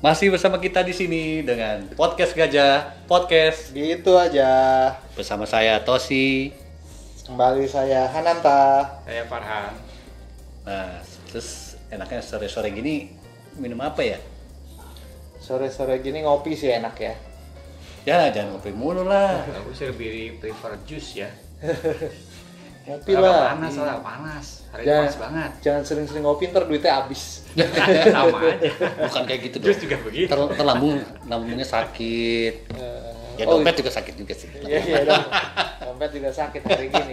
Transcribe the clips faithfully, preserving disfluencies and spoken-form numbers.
Masih bersama kita di sini dengan Podcast Gajah Podcast. Gitu aja. Bersama saya Tosi. Kembali saya Hananta. Saya Farhan. Nah, terus enaknya sore-sore gini minum apa ya? Sore-sore gini ngopi sih enak ya. Ya, jangan ngopi mulu lah. Aku sih lebih prefer jus ya. Ngopi Agak lah. panas lah, panas. Hari ini Jangan, panas banget. jangan sering-sering ngopi ntar duitnya habis. Sama aja. Bukan kayak gitu dong. Jus juga begitu. Ter, ter lambung, lambungnya sakit. Ya oh, dompet juga sakit juga sih. Iya iya dong. Dompet juga sakit hari gini.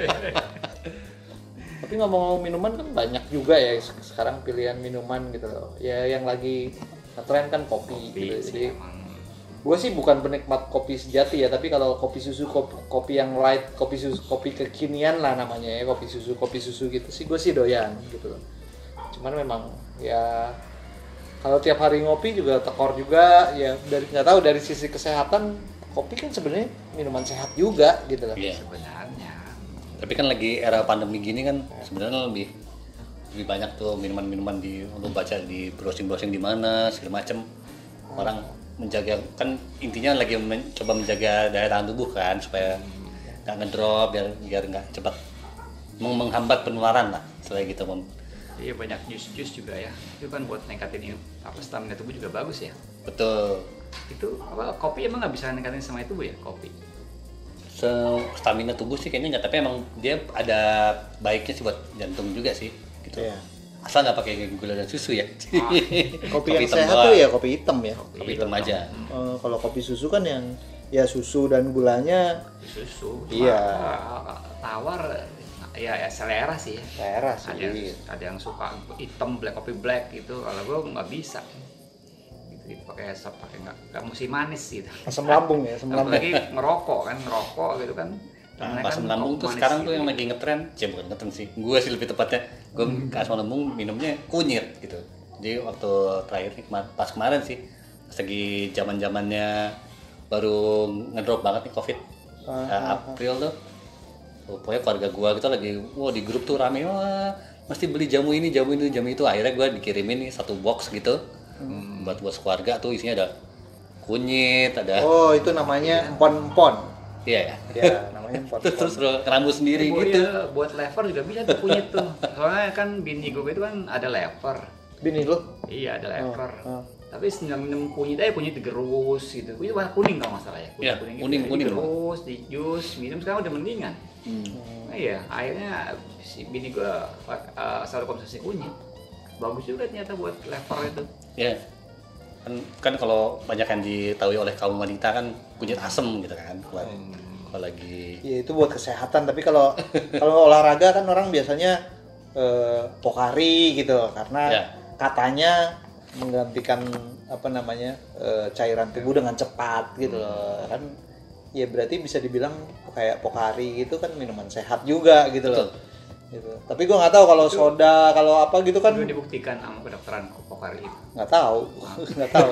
Tapi ngomong-ngomong minuman kan banyak juga ya sekarang pilihan minuman gitu loh. Ya yang lagi ngetren kan kopi, Kopi gitu. sih, Jadi emang. gue sih bukan penikmat kopi sejati ya, tapi kalau kopi susu, kopi, kopi yang light, kopi susu, kopi kekinian lah namanya ya, kopi susu, kopi susu gitu sih gue sih doyan gitu loh. Cuman memang ya kalau tiap hari ngopi juga tekor juga ya, dari nggak tahu dari sisi kesehatan kopi kan sebenarnya minuman sehat juga gitu loh. Iya. Sebenarnya. Tapi kan lagi era pandemi gini kan sebenarnya lebih lebih banyak tuh minuman-minuman di untuk baca di browsing-browsing di mana segala macem. Orang menjaga kan intinya lagi mencoba menjaga daya tahan tubuh kan supaya nggak ngedrop biar biar nggak cepat meng- menghambat penularan lah selain gitu Mom. Iya banyak jus-jus juga ya. Itu kan buat ningkatin apa stamina tubuh juga bagus ya. Betul. Itu apa kopi emang nggak bisa ningkatin sama tubuh ya kopi? So, stamina tubuh sih kayaknya nggak, tapi emang dia ada baiknya sih buat jantung juga sih gitu. Iya. Asal nggak pakai gula dan susu ya. Ah, Kopi, yang hitam sehat doang. tuh ya kopi hitam ya. Kopi hitam aja. Eh, kalau kopi susu kan yang ya susu dan gulanya susu. Iya. Cuma, tawar ya, ya selera sih ya. daerah sih. Ada yang, ada yang suka hitam black kopi black gitu. Kalau gue nggak bisa. Gitu, gitu. Pakai sop pakai nggak nggak mesti manis gitu. Asam lambung ya, asam lambung. Apalagi ngerokok kan ngerokok gitu kan. Nah, Karena asam kan lambung kopi tuh manis sekarang tuh gitu. yang lagi ngetren, ya bukan ngetren sih. Gue sih lebih tepatnya, gue ke asam lambung minumnya kunyit gitu. Jadi waktu terakhir nih kemar- pas kemarin sih, pas lagi zaman zamannya baru ngedrop banget nih COVID, Ah, uh, ah, April tuh. Tuh, pokoknya keluarga gue gitu lagi, wah di grup tuh rame, wah mesti beli jamu ini, jamu ini, jamu itu. Akhirnya gue dikirimin nih satu box gitu, hmm. buat buat keluarga tuh isinya ada kunyit, ada, Oh, itu namanya empon-empon. iya ya. Ya, namanya empon-empon. Terus terus rambut sendiri buat, gitu. ya, buat lever juga bisa tuh kunyit tuh. Soalnya kan bini gue itu kan ada lever. Bini lu? Iya ada lever. oh. Tapi sedang minum kunyit aja kunyit digerus gitu. Kunyit warna kuning kalau nggak salah ya. Kunyit Iya, kuning, kuning, gitu. kuning, Digerus, di jus, minum sekarang udah mendingan. Hmm. Nah, iya, akhirnya si bini gue uh, selalu konsumsi kunyit. Bagus juga ternyata buat lever itu. Ya, kan, kan kalau banyak yang diketahui oleh kaum wanita kan kunyit asem gitu kan, kalau kalau lagi Ya itu buat kesehatan, tapi kalau kalau olahraga kan orang biasanya eh, Pocari gitu karena Ya. katanya menggantikan apa namanya eh, cairan tubuh dengan cepat gitu loh. Kan ya berarti bisa dibilang kayak Pocari gitu kan minuman sehat juga gitu loh. Betul. Gitu. Tapi gue nggak tahu kalau soda, kalau apa gitu kan Itu dibuktikan sama kedokteran Pocari itu. nggak tahu, nggak tahu.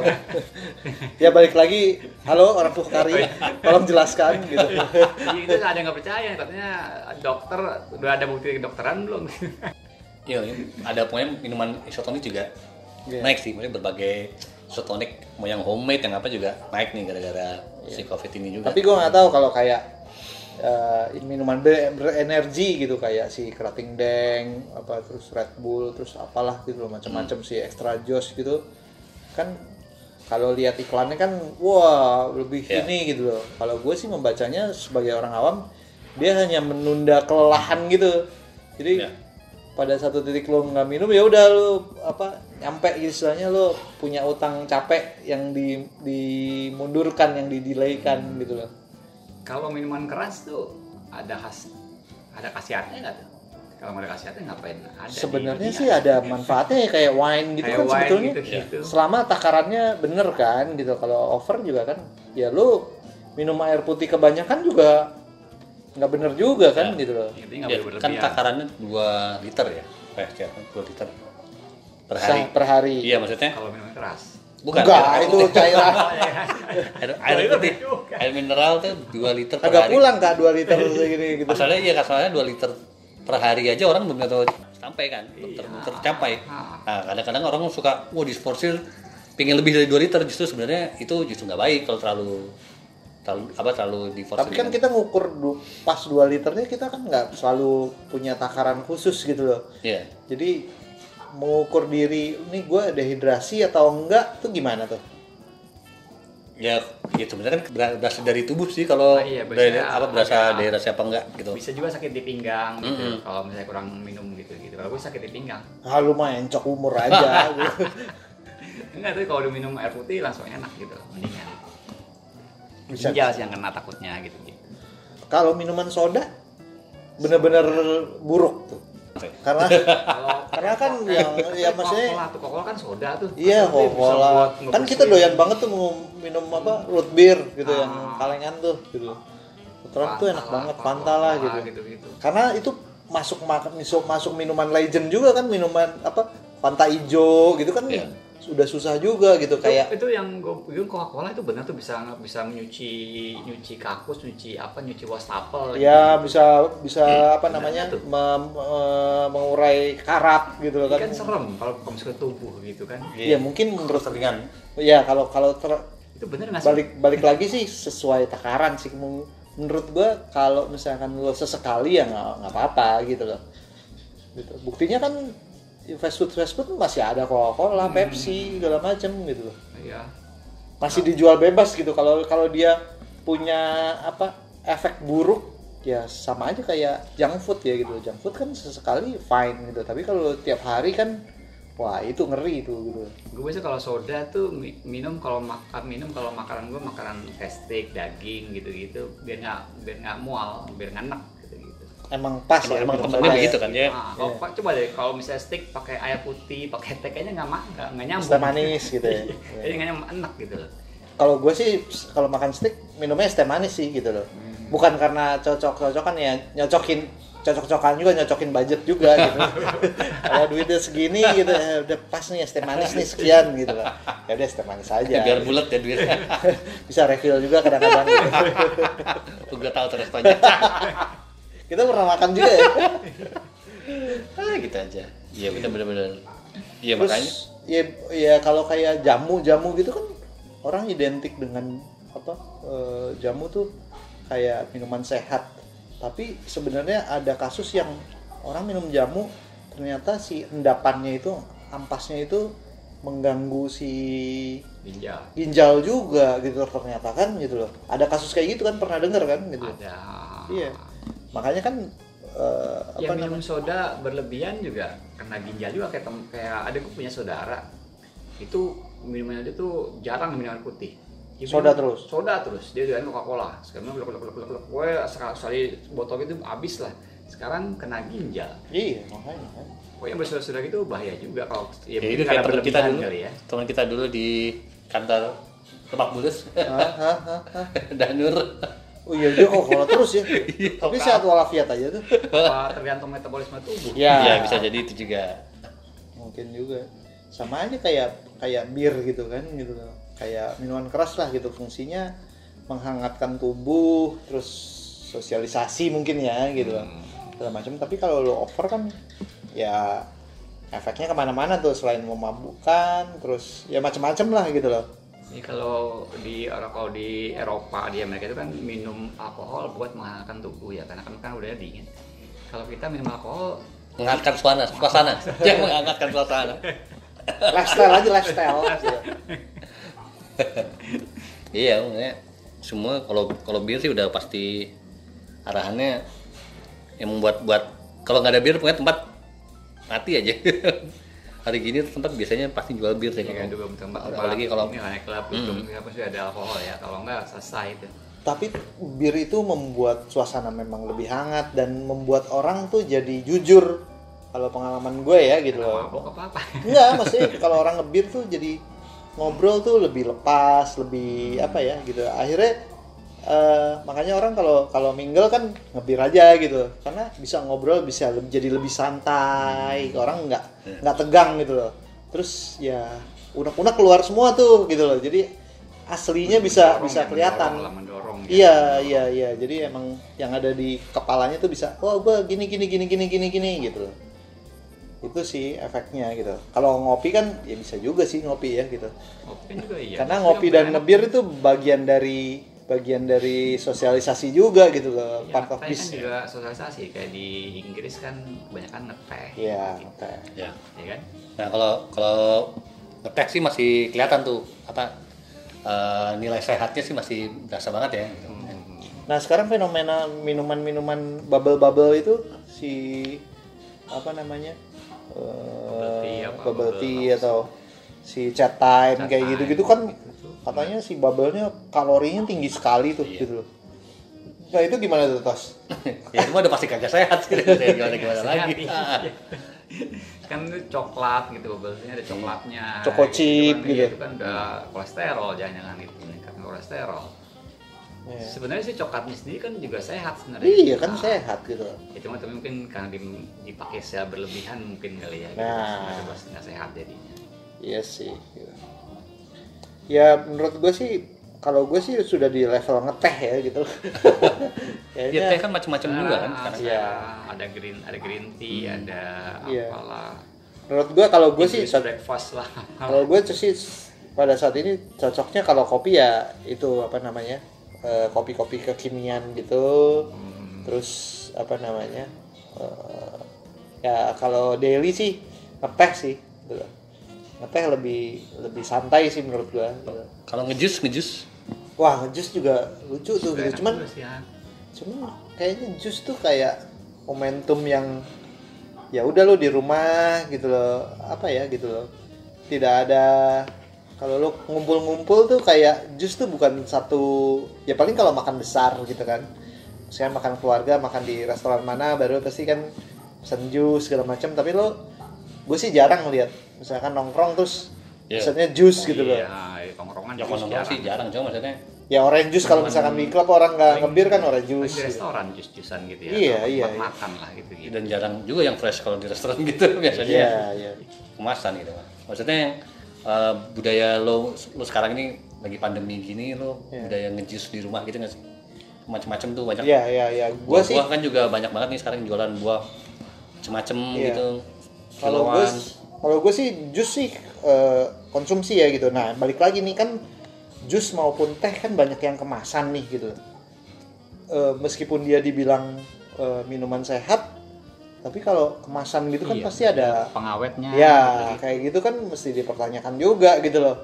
Ya balik lagi, halo orang Pocari, tolong jelaskan gitu. Iya itu ada yang nggak percaya, katanya dokter udah ada bukti kedokteran belum? ya, ada pokoknya minuman isotonik juga Iya. naik sih, maksudnya berbagai isotonik mau yang homemade yang apa juga naik nih gara-gara si COVID ini juga. Tapi gue nggak tahu kalau kayak uh, minuman ber- berenergi gitu kayak si Krating Deng, apa terus Red Bull, terus apalah gitu loh macam-macam si Extra Joss gitu kan. Kalau lihat iklannya kan wah lebih Ya. ini gitu loh. Kalau gue sih membacanya sebagai orang awam dia hanya menunda kelelahan gitu. Jadi Ya. pada satu titik lo nggak minum ya udah lo apa nyampe istilahnya lo punya utang capek yang di dimundurkan, yang didelaykan gitu loh. Kalau minuman keras tuh ada khas, ada khasiatnya nggak tuh? Kalau nggak ada khasiatnya ngapain? Ada. di Sebenarnya dunia. sih ada manfaatnya ya, kayak wine gitu Kayak kan wine sebetulnya. gitu-gitu. Selama takarannya bener kan gitu. Kalau over juga kan ya lo minum air putih kebanyakan juga nggak bener juga kan Ya. gitu loh. Intinya nggak Ya, boleh kan berlebihan. takarannya dua liter ya, eh ya, dua liter per hari. Sah per hari. Iya maksudnya, Kalau minuman keras. bukan. Enggak, air itu putih. cairan. air, air putih, air mineral tuh dua liter per Agak hari. pulang kak dua liter segini gitu. Masalahnya iya, masalahnya dua liter per hari aja orang belum tentu sampai kan, belum ter- Iya. tercapai. Nah, kadang-kadang orang suka, wah disporsir pengen lebih dari dua liter, justru sebenarnya itu justru nggak baik kalau terlalu terlalu apa terlalu di force. Tapi kan kita ngukur du, pas dua liternya kita kan nggak selalu punya takaran khusus gitu loh. Iya. Jadi mengukur diri ini gue dehidrasi atau enggak tuh gimana tuh? Ya, ya sebenarnya kan ber- berasal dari tubuh sih kalau Ah, iya, dari biasanya apa berasal agak- dari rasa apa enggak gitu. Bisa juga sakit di pinggang gitu Mm-mm. kalau misalnya kurang minum gitu gitu. Kalau gue sakit di pinggang. Ah lu mah encok umur aja. Gitu. Enggak tuh kalau udah minum air putih langsung enak gitu, mendingan. Bisa. Ginjal sih yang kena takutnya gitu gitu. Kalau minuman soda bener-bener buruk tuh. Karena Kalau karena kan yang ya maksudnya Coca-Cola tuh Coca-Cola kan soda tuh. iya Maksudnya bisa Coca-Cola. buat Kan ngebersihin. kita doyan banget tuh mau minum apa root beer gitu yang Ah. kalengan tuh gitu. Kebetulan tuh enak Fanta banget lah, Fanta lah Coca-Cola gitu. gitu-gitu. Karena itu masuk masuk masuk minuman legend juga kan minuman apa Fanta hijau gitu kan Iya. sudah susah juga gitu Itu, kayak itu yang gue bilang Coca-Cola itu benar tuh bisa bisa menyuci nyuci kakus, nyuci apa, nyuci wastafel. ya bisa bisa apa benar namanya tuh. mem- eh, mengurai karat gitu loh Ini kan. kan serem kalau masuk ke tubuh gitu kan. Ya mungkin menurut Ringan. ya kalau kalau ter- Itu bener nggak sih? balik balik lagi sih sesuai takaran sih. Men- menurut gua kalau misalkan lo sesekali ya nggak nggak apa-apa gitu loh. Gitu. Buktinya kan fast food fast food masih ada Coca-Cola, Hmm. Pepsi segala macam gitu loh. Iya. Masih dijual bebas gitu. Kalau kalau dia punya apa efek buruk ya sama aja kayak junk food ya gitu. Junk food kan sesekali fine gitu. Tapi kalau tiap hari kan wah itu ngeri itu gitu. Gue biasa kalau soda tuh mi- minum kalau makan minum kalau makanan gue makanan kayak steak, daging gitu-gitu biar nggak biar nggak mual, biar nggak enak gitu-gitu. Emang pas Emang, ya emang minum temennya soda ya. begitu kan ya. Nah, kalau Iya. coba deh kalau misalnya steak pakai air putih, pakai teh kayaknya nggak ma- nggak nggak nyambung. Es teh manis gitu ya. Kayaknya nggak nyambung, enak gitu loh. Kalau gue sih kalau makan steak minumnya es teh manis sih gitu loh. Bukan karena cocok-cocokan ya, nyocokin cocok-cocokan juga nyocokin budget juga gitu. Kalau duitnya segini gitu ya udah pas nih es teh manis nih sekian gitu loh. Ya udah es teh manis aja. Biar bulat ya duitnya. Bisa refill juga kadang-kadang gitu. Gue tahu terus banyak. Kita pernah makan juga ya. Ah gitu aja. Iya benar benar benar. Iya Terus makanya. ya ya kalau kayak jamu-jamu gitu kan orang identik dengan apa eh, jamu tuh kayak minuman sehat. Tapi sebenarnya ada kasus yang orang minum jamu ternyata si endapannya itu ampasnya itu mengganggu si Ginjal. ginjal juga gitu ternyata kan gitu loh. Ada kasus kayak gitu kan pernah dengar kan gitu. Ada. Iya. Makanya kan eh, apa Yang minum namanya? soda berlebihan juga kena ginjal juga kayak tem- kayak adikku punya saudara. Itu minumannya dia tuh jarang minum air putih. Dia Soda minum- terus? Soda terus. Dia doyan Coca-Cola. Sekarang blok blok blok blok blok. Gue sekali botol itu habis lah. Sekarang kena ginjal. Iya, makanya kan. Oh yang bersaudara gitu bahaya juga kalau ya, Ya mungkin itu kayak karena teman kita berlebihan dulu. kali ya. Teman kita dulu di kantor Lebak Bulus. Hah, hah, hah, hah. Danur. Oh iya dia Coca-Cola terus ya. Tapi sehat walafiat aja tuh. Apa tergantung metabolisme tubuh. Ya. Iya bisa jadi itu juga. Mungkin juga. Sama aja kayak kayak bir gitu kan gitu loh. Kayak minuman keras lah gitu fungsinya menghangatkan tubuh, terus sosialisasi mungkin ya gitu loh. Segala macam. Tapi kalau lo over kan ya efeknya kemana-mana tuh selain memabukkan, terus ya macam-macam lah gitu loh. Jadi kalau di kalau di Eropa di Amerika itu kan minum alkohol buat menghangatkan tubuh ya karena kan kan udah dingin. Kalau kita minum alkohol Menghangatkan suasana, suasana. Jangan menghangatkan suasana. Lifestyle aja lifestyle. Gitu. Iya, makanya semua kalau kalau bir sih udah pasti arahannya yang membuat buat kalau nggak ada bir pokoknya tempat mati aja. Hari gini tempat biasanya pasti jual bir sih. ya kalau- juga tempat apalagi kalau ini lah klub itu apa sih ada alkohol ya kalau enggak selesai itu. Tapi bir itu membuat suasana memang lebih hangat dan membuat orang tuh jadi jujur. Kalau pengalaman gue ya gitu loh. Mabok apa apa. Enggak, maksudnya kalau orang ngebir tuh jadi ngobrol tuh lebih lepas, lebih apa ya gitu. Akhirnya eh, makanya orang kalau kalau mingle kan ngebir aja gitu. Karena bisa ngobrol, bisa lebih, jadi lebih santai. Orang nggak nggak tegang gitu loh. Terus ya unek-unek keluar semua tuh gitu loh. Jadi aslinya bisa Mendorong bisa ya, kelihatan. mendorong lah, mendorong ya. Iya, iya, iya. Jadi emang yang ada di kepalanya tuh bisa, wah gue gini gini gini gini gini gini gitu loh. Itu sih efeknya gitu. Kalau ngopi kan ya bisa juga sih ngopi ya gitu. Ngopi juga iya. Karena ngopi dan ngebir itu bagian dari bagian dari sosialisasi juga gitu loh. Ya, Part of kan this. juga sosialisasi kayak di Inggris kan kebanyakan ngeteh. Iya, gitu. teh. Ya. Ya kan? Nah kalau kalau ngetek sih masih kelihatan tuh apa eh, nilai sehatnya sih masih berasa banget ya. Nah, sekarang fenomena minuman-minuman bubble-bubble itu si apa namanya? Bubble tea eh, apa, bubble bubble tea loss. atau si chat time Chat kayak time, gitu-gitu kan gitu. katanya si bubble-nya kalorinya tinggi sekali tuh Iya. gitu loh. Nah, itu gimana tuh, Tos? Ya itu mah udah pasti kagak sehat sih. Gimana gimana Sehat, lagi. iya. Kan itu coklat gitu, bubble-nya ada coklatnya. Choco chip kan, gitu. iya, itu kan udah kolesterol, jangan-jangan itu meningkatkan kolesterol. Iya. Sebenarnya sih coklatnya sendiri kan juga sehat sebenarnya. Iya kan Nah, sehat gitu. Ya cuma tapi mungkin karena di- dipakai secara berlebihan mungkin kali ya. Gitu. Nah. Nah. Nggak sehat jadinya. Iya sih. Gitu. Ya menurut gue sih kalau gue sih sudah di level ngeteh ya gitu. Ya teh kan macam-macam juga kan Nah, sekarang. Iya. Ada green, ada green tea, ada Iya. apalah. Menurut gue kalau gue sih English breakfast lah. kalau gue tuh sih pada saat ini cocoknya kalau kopi ya itu apa namanya eh, kopi-kopi kekinian gitu. Hmm. Terus apa namanya eh, ya kalau daily sih ngeteh sih gitu. Ngeteh lebih lebih santai sih menurut gue. Gitu. Kalau ngejus ngejus Wah ngejus juga lucu tuh Enak gitu. Cuman juga sih, ya. cuman kayaknya jus tuh kayak momentum yang ya udah lo di rumah gitu loh apa ya gitu loh tidak ada kalau lo ngumpul-ngumpul tuh kayak jus tuh bukan satu ya paling kalau makan besar gitu kan misalnya makan keluarga makan di restoran mana baru pasti kan pesen jus segala macam tapi lo gue sih jarang lihat misalkan nongkrong terus Iya. pesennya jus gitu loh Iya, tongkrongan ya jus kalau nongkrong sih jarang cuma maksudnya ya orange juice kalau misalkan di klub orang nggak Paling- ngebir kan orange paling juice di gitu. restoran jus-jusan gitu ya. Iya, atau iya, tempat iya. makan lah gitu gitu. dan jarang juga yang fresh kalau di restoran gitu biasanya Iya iya kemasan gitu Mas. Maksudnya yang eh, budaya lo lo sekarang ini lagi pandemi gini lo Iya. budaya ngejus di rumah gitu nggak sih? Macam-macam tuh banyak. iya iya iya gue Buah, sih buah kan juga banyak banget nih sekarang jualan buah macam-macam Iya. gitu. kalau gue Kiloan. kalau gue sih jus sih eh, konsumsi ya gitu nah balik lagi nih kan jus maupun teh kan banyak yang kemasan nih gitu Eh, meskipun dia dibilang eh, minuman sehat tapi kalau kemasan gitu kan Iya, pasti ada pengawetnya. ya gitu. kayak gitu kan mesti dipertanyakan juga gitu loh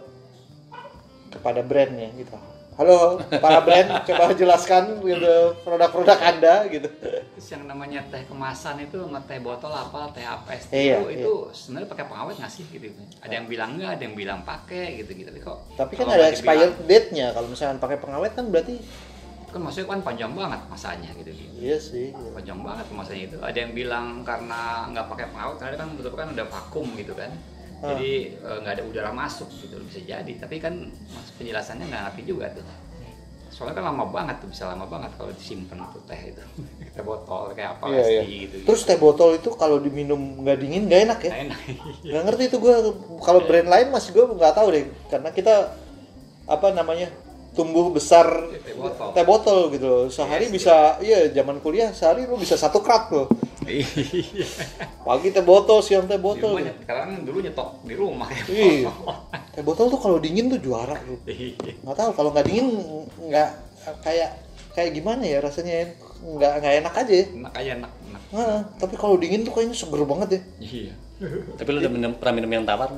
kepada brandnya gitu halo para brand coba jelaskan gitu produk-produk anda gitu Terus yang namanya teh kemasan itu sama teh botol apa teh apa es Iya, itu iya. itu sebenarnya pakai pengawet nggak sih gitu. Ada yang bilang enggak, ada yang bilang pakai gitu gitu. Tapi kok tapi kan kalau ada nggak expired dibilang- date-nya kalau misalkan pakai pengawet kan berarti kan maksudnya kan panjang banget masanya gitu gitu. iya sih iya. Panjang banget masanya itu. Ada yang bilang karena nggak pakai pengawet karena kan betul kan udah vakum gitu kan. Ah. Jadi eh, nggak ada udara masuk gitu bisa jadi. Tapi kan mas- penjelasannya nggak ngerti juga tuh. Soalnya kan lama banget tuh bisa lama banget kalau disimpan tuh teh itu. Teh botol kayak apa Iya, es iya. tea gitu. Terus teh botol itu kalau diminum nggak dingin nggak enak ya? Nggak enak. Nggak ngerti itu gue. Kalau brand lain masih gue nggak tahu deh, karena kita apa namanya tumbuh besar Teh botol. teh botol gitu loh. Sehari Yes, bisa, iya zaman kuliah sehari lu bisa satu krat loh. Iya. Pagi teh botol, siang teh Di botol. rumah, sekarang kan dulu nyetok di rumah ya. Iya. Teh botol tuh kalau dingin tuh juara tuh. Iya. Nggak tahu kalau nggak dingin nggak kayak kayak gimana ya rasanya nggak nggak enak aja. Ya. Enak aja enak, enak. Nah, tapi kalau dingin tuh kayaknya seger banget ya. Iya. Tapi lu udah minum, pernah minum yang tawar?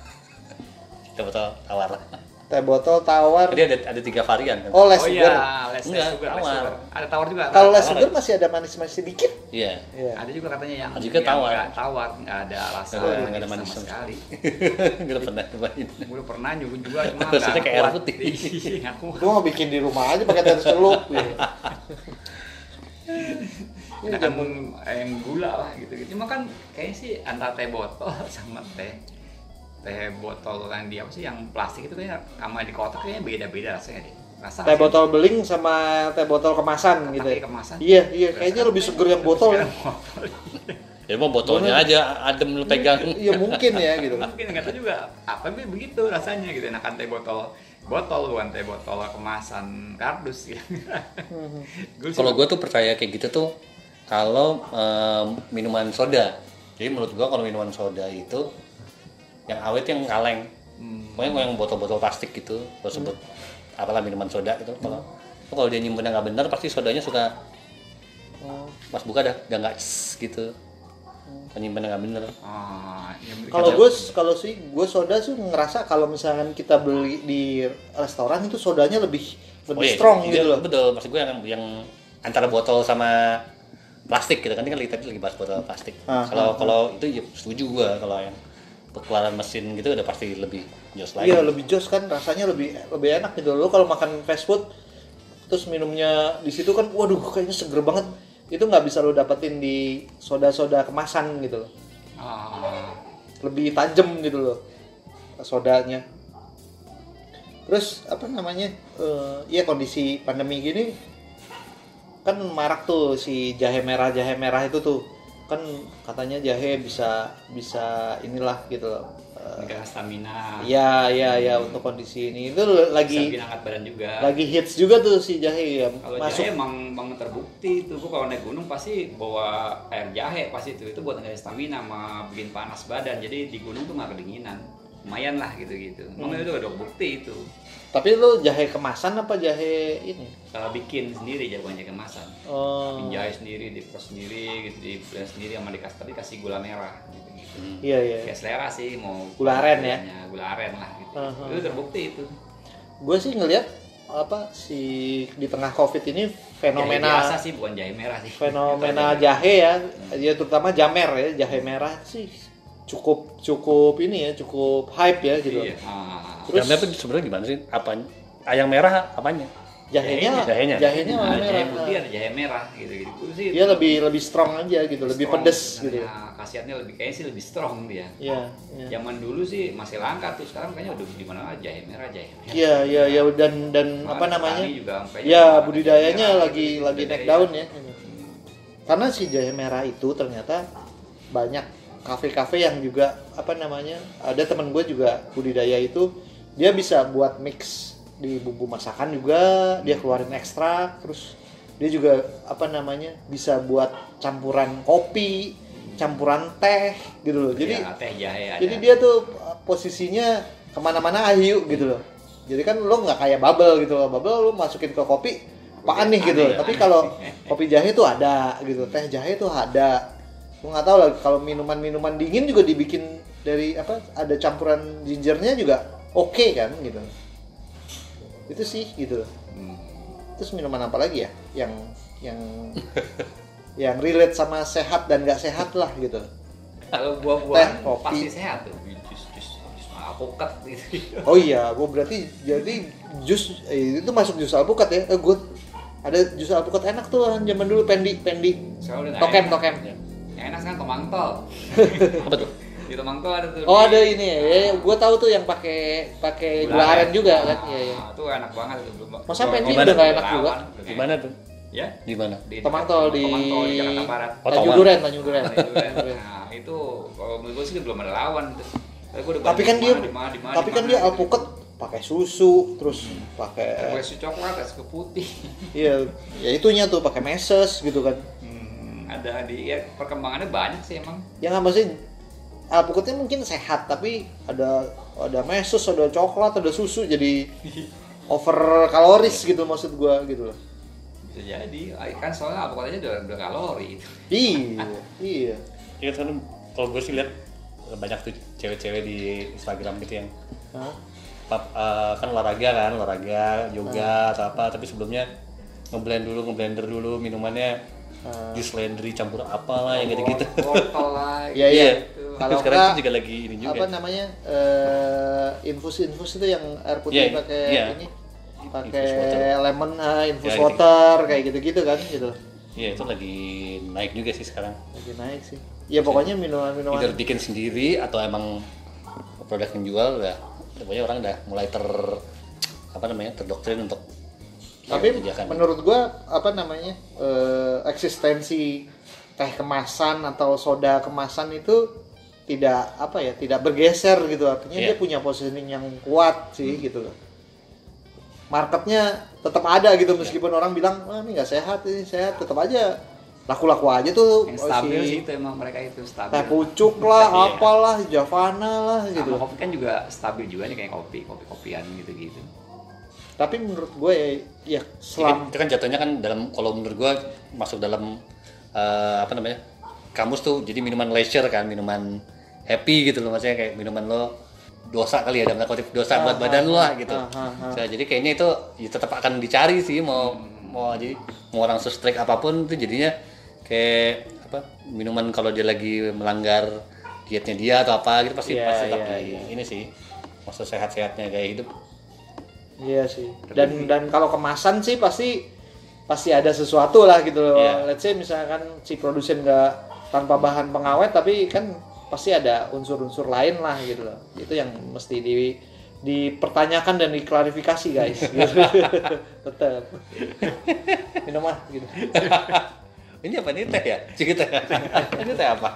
Kita botol tawar. Teh botol tawar. Jadi ada ada tiga varian kan. Oh, less Oh sugar. iya, less, Enggak, less sugar, less tawar. sugar. Ada tawar juga. Kalau less tawar sugar aja. masih ada manis-manis sedikit. Iya. Iya. Ada juga katanya yang Ada juga yang tawar. nggak tawar, nggak ada rasa Nggak ada- nggak ada manis manis sama sama sekali. Gue udah pernah cobain. Gue udah pernah juga juga cuma Rasanya nggak kayak air kuat. putih. Iya, aku Gue mau bikin di rumah aja pakai teh celup gitu. Ini enakan zaman yang gula lah gitu. Cuma kan kayaknya sih antara teh botol sama teh teh botol kan dia apa sih yang plastik itu kayaknya sama di kotak kayaknya beda-beda rasanya deh. Rasa teh botol beling sama teh botol kemasan gitu. Pakai ya. kemasan. Iya, iya, kayaknya lebih seger yang botol. ya. Ya mau botolnya aja adem lu pegang. Iya mungkin ya gitu. Mungkin nggak tahu juga apa tapi begitu rasanya gitu enakan teh botol botol bukan teh botol kemasan kardus ya. Gua sih- Kalau gue tuh percaya kayak gitu tuh kalau em, minuman soda. Jadi menurut gua kalau minuman soda itu yang awet yang kaleng. Hmm. Pokoknya yang botol-botol plastik gitu, kalau sebut hmm. apalah minuman soda gitu. Kalau hmm. kalau dia nyimpennya nggak benar, pasti sodanya suka oh. pas buka dah udah nggak gitu. Penyimpannya nggak bener. Ah, kalau gue, kalau sih gue soda sih ngerasa kalau misalkan kita beli di restoran itu sodanya lebih lebih oh, iya, strong iya, gitu loh. Betul, maksud gue yang yang antara botol sama plastik gitu kan, ini kan kita lagi bahas botol plastik. Ah, kalau ah, kalau ah. itu ya setuju gue, kalau yang keluaran mesin gitu udah pasti lebih jos lagi. Iya lebih jos kan, rasanya lebih lebih enak gitu loh. Kalau makan fast food terus minumnya di situ kan, waduh kayaknya seger banget. Itu nggak bisa lo dapetin di soda-soda kemasan gitu loh. Ah. Lebih tajam gitu loh sodanya. Terus apa namanya? Uh, ya kondisi pandemi gini kan marak tuh si jahe merah jahe merah itu tuh kan katanya jahe bisa bisa inilah gitu loh. Meningkatkan stamina. Iya, iya, iya hmm. untuk kondisi ini itu lagi bisa angkat badan juga. Lagi hits juga tuh si jahe ya. Kalau jahe emang emang terbukti itu, gua kalau naik gunung pasti bawa air jahe pasti itu itu buat ningkatin stamina sama bikin panas badan. Jadi di gunung tuh nggak kedinginan. Lumayan lah gitu-gitu. Emang hmm. itu udah bukti itu. Tapi lu jahe kemasan apa jahe ini? Kalau bikin sendiri jahe bukan jahe kemasan. Oh. Bikin jahe sendiri, diproses sendiri gitu, di blend sendiri sama dikasih tapi kasih gula merah gitu. Hmm. Iya iya. Kayak selera sih mau gula aren ya. Gula aren lah gitu. Uh-huh. Itu terbukti itu. Gue sih ngelihat apa si di tengah Covid ini fenomena jahe biasa sih bukan jahe merah sih. Fenomena jahe ya, ya terutama jamer ya, jahe merah sih cukup cukup ini ya, cukup hype ya gitu. Iya. Ah. Terus jamer itu sebenarnya gimana sih? Apa yang merah apanya? Jahenya, jahenya, jahenya nah, merah. Jahe putih ada jahe merah gitu gitu. Sih, dia lebih lebih strong aja gitu, lebih strong, pedes gitu. Nah, khasiatnya lebih kayaknya sih lebih strong dia. Iya. Ya. Zaman dulu sih masih langka tuh, sekarang kayaknya udah di mana aja jahe merah, jahe merah. Iya, iya, iya dan dan nah, apa namanya? Ya budidayanya lagi gitu, lagi naik daun ya. Karena si jahe merah itu ternyata banyak kafe-kafe yang juga apa namanya? Ada teman gue juga budidaya itu, dia bisa buat mix di bumbu masakan juga, dia keluarin ekstrak, terus dia juga apa namanya bisa buat campuran kopi, campuran teh gitu loh. Jadi ya, teh jahe ada. Jadi dia tuh posisinya kemana-mana ayu gitu loh. Jadi kan lo nggak kayak bubble gitu loh, bubble lo masukin ke kopi apaan nih gitu. Aneh, Tapi kalau kopi jahe tuh ada gitu, teh jahe tuh ada. Gue nggak tahu lah kalau minuman-minuman dingin juga dibikin dari apa? Ada campuran gingernya juga oke okay kan gitu. Itu sih gitu. Hmm. Terus minuman apa lagi ya yang yang yang relate sama sehat dan nggak sehat lah gitu. Kalau buah-buahan pasti sehat tuh. Jus jus jus alpukat gitu. Oh iya, gua berarti jadi jus eh, itu masuk jus alpukat ya. Eh, gua ada jus alpukat enak tuh zaman dulu pendi pendi. Tokem tokem. Yang enak kan tomangtol. Apa tuh? Di Tomangtol ada tuh. Oh, ada ini ya. Gua tahu tuh yang pakai pakai gula aren juga kan. Iya, iya. Itu enak banget itu belum. Masa pendi udah enggak enak juga? Di mana tuh? Ya? Di mana? Di Tomangtol di Jakarta Barat. Tanjung Duren, Tanjung Duren. Nah, itu kalau menurut gue sih belum ada lawan tuh. Tapi kan dia tapi kan dia alpukat pakai susu, terus pakai pakai susu coklat, susu putih. Iya, ya itunya tuh pakai meses gitu kan. Hmm, ada di ya, perkembangannya banyak sih emang. Ya nggak maksudnya alpukatnya mungkin sehat tapi ada ada meses, ada coklat, ada susu jadi over kaloris gitu maksud gua gitu loh. Bisa jadi, kan soalnya alpukat aja udah, udah kalori itu. Iya, iya. Iya kan kalau gue sih lihat banyak tuh cewek-cewek di Instagram gitu yang huh? pap, uh, kan olahraga kan, olahraga, yoga huh? atau apa, tapi sebelumnya ngeblend dulu, ngeblender dulu minumannya. Uh, jus laundry campur apalah yang gitu-gitu. Botol lah. Iya iya. Kalau sekarang itu juga lagi ini juga. Apa namanya? Uh, infus-infus itu yang air putih yeah, pakai yeah. ini pakai lemon uh, infus yeah, water gitu. Kayak gitu-gitu kan gitu. Iya, itu lagi naik juga sih sekarang. Lagi naik sih. Ya pokoknya minuman-minuman either bikin sendiri atau emang produk yang jual udah pokoknya orang udah mulai ter apa namanya? terdoktrin untuk tapi menurut gua apa namanya eh, eksistensi teh kemasan atau soda kemasan itu tidak apa ya tidak bergeser gitu artinya yeah. dia punya positioning yang kuat sih hmm. gitu loh marketnya tetap ada gitu meskipun yeah. orang bilang wah ini nggak sehat ini sehat tetap aja laku-laku aja tuh. Yang stabil si sih itu emang mereka itu stabil. teh pucuk lah, apalah, Javana lah Sama gitu. kopi kan juga stabil juga nih kayak kopi, kopi-kopian gitu-gitu. Tapi menurut gue ya, ya Itu kan, selam itu kan jatuhnya kan dalam kalau menurut gua masuk dalam eh, apa namanya kamus tuh jadi minuman leisure kan, minuman happy gitu loh, maksudnya kayak minuman lo dosa kali ya, dalam tanda kutip dosa buat Ah, badan ah, lo lah ah, gitu. ah, ah, ah. So, jadi kayaknya itu ya tetap akan dicari sih, mau mau jadi mau orang se-strict apapun itu jadinya kayak apa minuman kalau dia lagi melanggar dietnya dia atau apa gitu pasti Iya, pasti tetap iya, di iya. ini sih maksud sehat-sehatnya gaya hidup. Iya sih. Dan dan kalau kemasan sih pasti pasti ada sesuatu lah gitu loh. Iya. Let's say misalkan si produsen nggak tanpa bahan pengawet tapi kan pasti ada unsur-unsur lain lah gitu loh. Itu yang mesti di dipertanyakan dan diklarifikasi guys. Gitu. Tetap. Minum ah gitu. Ini apa nih teh ya? Cikit teh. Ini teh apa?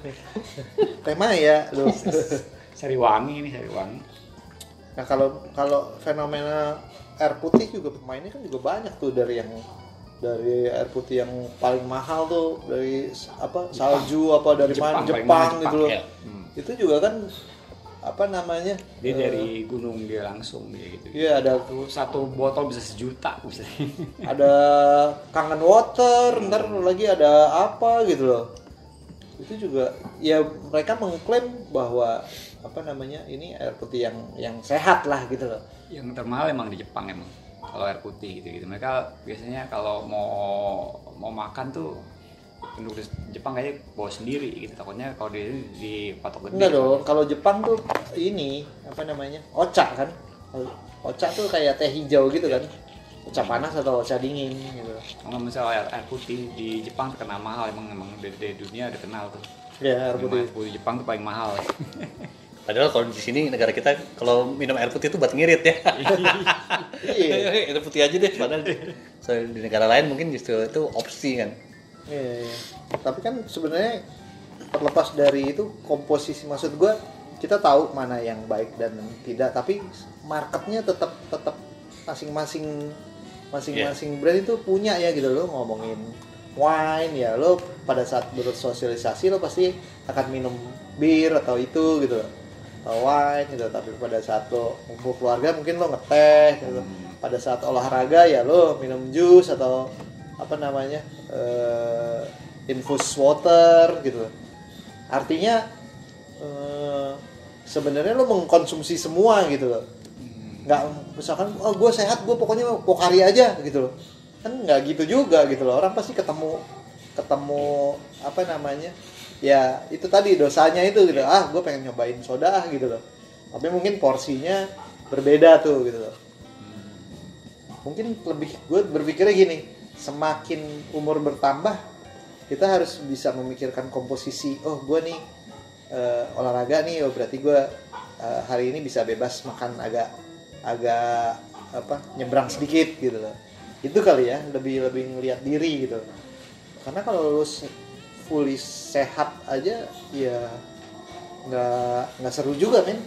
Tema ya lu. Sari wangi ini, sari wangi. Nah kalau kalau fenomena air putih juga pemainnya kan juga banyak tuh, dari yang dari air putih yang paling mahal tuh dari apa salju apa dari mana Jepang, paling Jepang, mahal gitu loh. ya. Hmm. Itu juga kan apa namanya? Dia eh, dari gunung dia langsung dia gitu. Iya ada Satu, satu botol bisa sejuta bisa. ada kangen water, ntar lagi ada apa gitu loh. Itu juga ya mereka mengklaim bahwa apa namanya ini air putih yang yang sehat lah gitu loh. Yang termahal emang di Jepang emang. Kalau air putih gitu-gitu. Mereka biasanya kalau mau mau makan tuh penduduk Jepang kayaknya bawa sendiri gitu. Takutnya kalau dia dipatok gede. Enggak dong, kalau Jepang tuh ini apa namanya? Ocha kan. Ocha tuh kayak teh hijau gitu kan. Ocha panas atau ocha dingin gitu. Kalau misalnya air, air putih di Jepang terkenal mahal, emang emang di, di dunia udah kenal tuh. Ya, air Memang putih. Air putih Jepang tuh paling mahal. Padahal kalau di sini negara kita kalau minum air putih itu buat ngirit ya. Iya. Air putih aja deh padahal. So, di negara lain mungkin justru itu opsi kan. Iya, iya. Tapi kan sebenarnya terlepas dari itu komposisi, maksud gua kita tahu mana yang baik dan tidak, tapi marketnya tetap tetap masing-masing masing-masing brand itu punya ya gitu loh. Ngomongin wine ya lo pada saat bersosialisasi lo pasti akan minum bir atau itu gitu loh, atau wine gitu. Tapi pada saat lo ngumpul keluarga mungkin lo ngeteh gitu. Pada saat olahraga ya lo minum jus atau apa namanya uh, infus water gitu. Artinya uh, sebenarnya lo mengkonsumsi semua gitu loh. Nggak misalkan oh gue sehat gue pokoknya Pocari aja gitu loh, kan nggak gitu juga gitu loh. Orang pasti ketemu ketemu apa namanya ya itu tadi dosanya itu gitu. Ah gue pengen nyobain soda gitu loh, tapi mungkin porsinya berbeda tuh gitu loh. Mungkin lebih gue berpikirnya gini, semakin umur bertambah kita harus bisa memikirkan komposisi. Oh gue nih uh, olahraga nih, oh berarti gue uh, hari ini bisa bebas makan agak agak apa nyebrang sedikit gitu loh. Itu kali ya, lebih lebih ngelihat diri gitu. Karena kalau lu fully sehat aja ya nggak nggak seru juga men.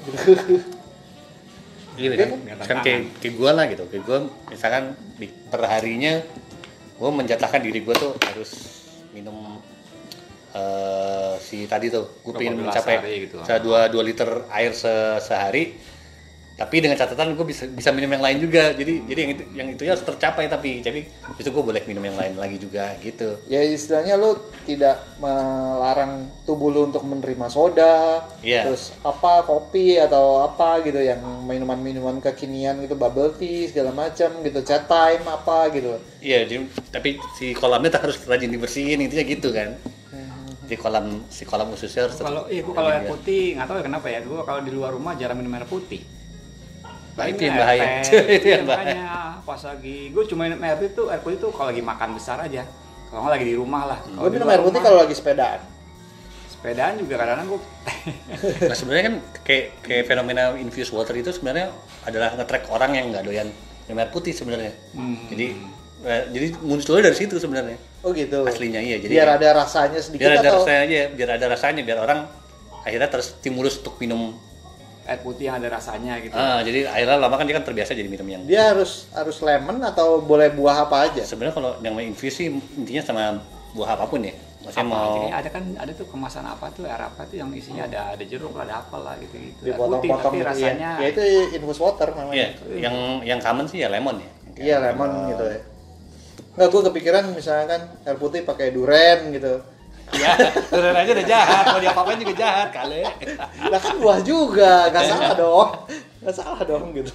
Gitu Iya kan, kan? kan kayak, kayak gue lah gitu, kayak gue misalkan di perharinya gue menjatahkan diri gue tuh harus minum uh, si tadi tuh gue Berapa pengen gelas mencapai sehari gitu. dua dua liter air se- sehari, tapi dengan catatan gue bisa bisa minum yang lain juga, jadi jadi yang itu yang itu harus tercapai, tapi tapi itu gue boleh minum yang lain lagi juga gitu. Ya istilahnya lu tidak melarang tubuh lu untuk menerima soda, Iya. terus apa kopi atau apa gitu yang minuman-minuman kekinian gitu, bubble tea segala macam gitu, chat time apa gitu. Iya, jadi tapi si kolamnya harus rajin dibersihin, intinya gitu kan. Di kolam si kolam khususnya harus Kalau tetap iya gua kalau air rajin juga. putih nggak tahu ya kenapa ya. Gua kalau di luar rumah jarang minum air putih. Nah, itu Paling yang air bahaya. teh, Itu yang bahaya. makanya pas lagi gue cuma minum air putih tuh air putih tuh kalau lagi makan besar aja. Kalau nggak lagi di rumah lah. Kalau Gue di minum luar air putih rumah, kalau lagi sepedaan. sepedaan juga kadang-kadang gue Nah sebenarnya kan kayak kayak fenomena infused water itu sebenarnya adalah nge-track orang yang nggak doyan minum air putih sebenarnya. Hmm. Jadi eh, jadi munculnya dari situ sebenarnya. Oh gitu. Aslinya iya. Jadi Biar ada rasanya sedikit biar ada atau rasanya aja, biar ada rasanya, biar orang akhirnya terstimulus untuk minum. air putih yang ada rasanya gitu. Ah, jadi akhirnya lama kan dia kan terbiasa jadi minum yang. dia harus harus lemon atau boleh buah apa aja? Sebenarnya kalau yang main infus sih intinya sama buah apapun ya. Maksudnya Apa, mau jadi ada kan ada tuh kemasan apa tuh air apa tuh yang isinya ada ada jeruk lah, ada apa lah gitu gitu. Dipotong-potong tapi gitu rasanya ya. Ya itu infus water namanya. Iya, yang yang common sih ya lemon ya. Iya lemon gitu ya. Nggak, gue kepikiran misalkan air putih pakai duren gitu. Ya, turun aja udah jahat, mau diapa-apain juga jahat kali. Lah kan buah juga, nggak salah dong. Nggak salah dong gitu.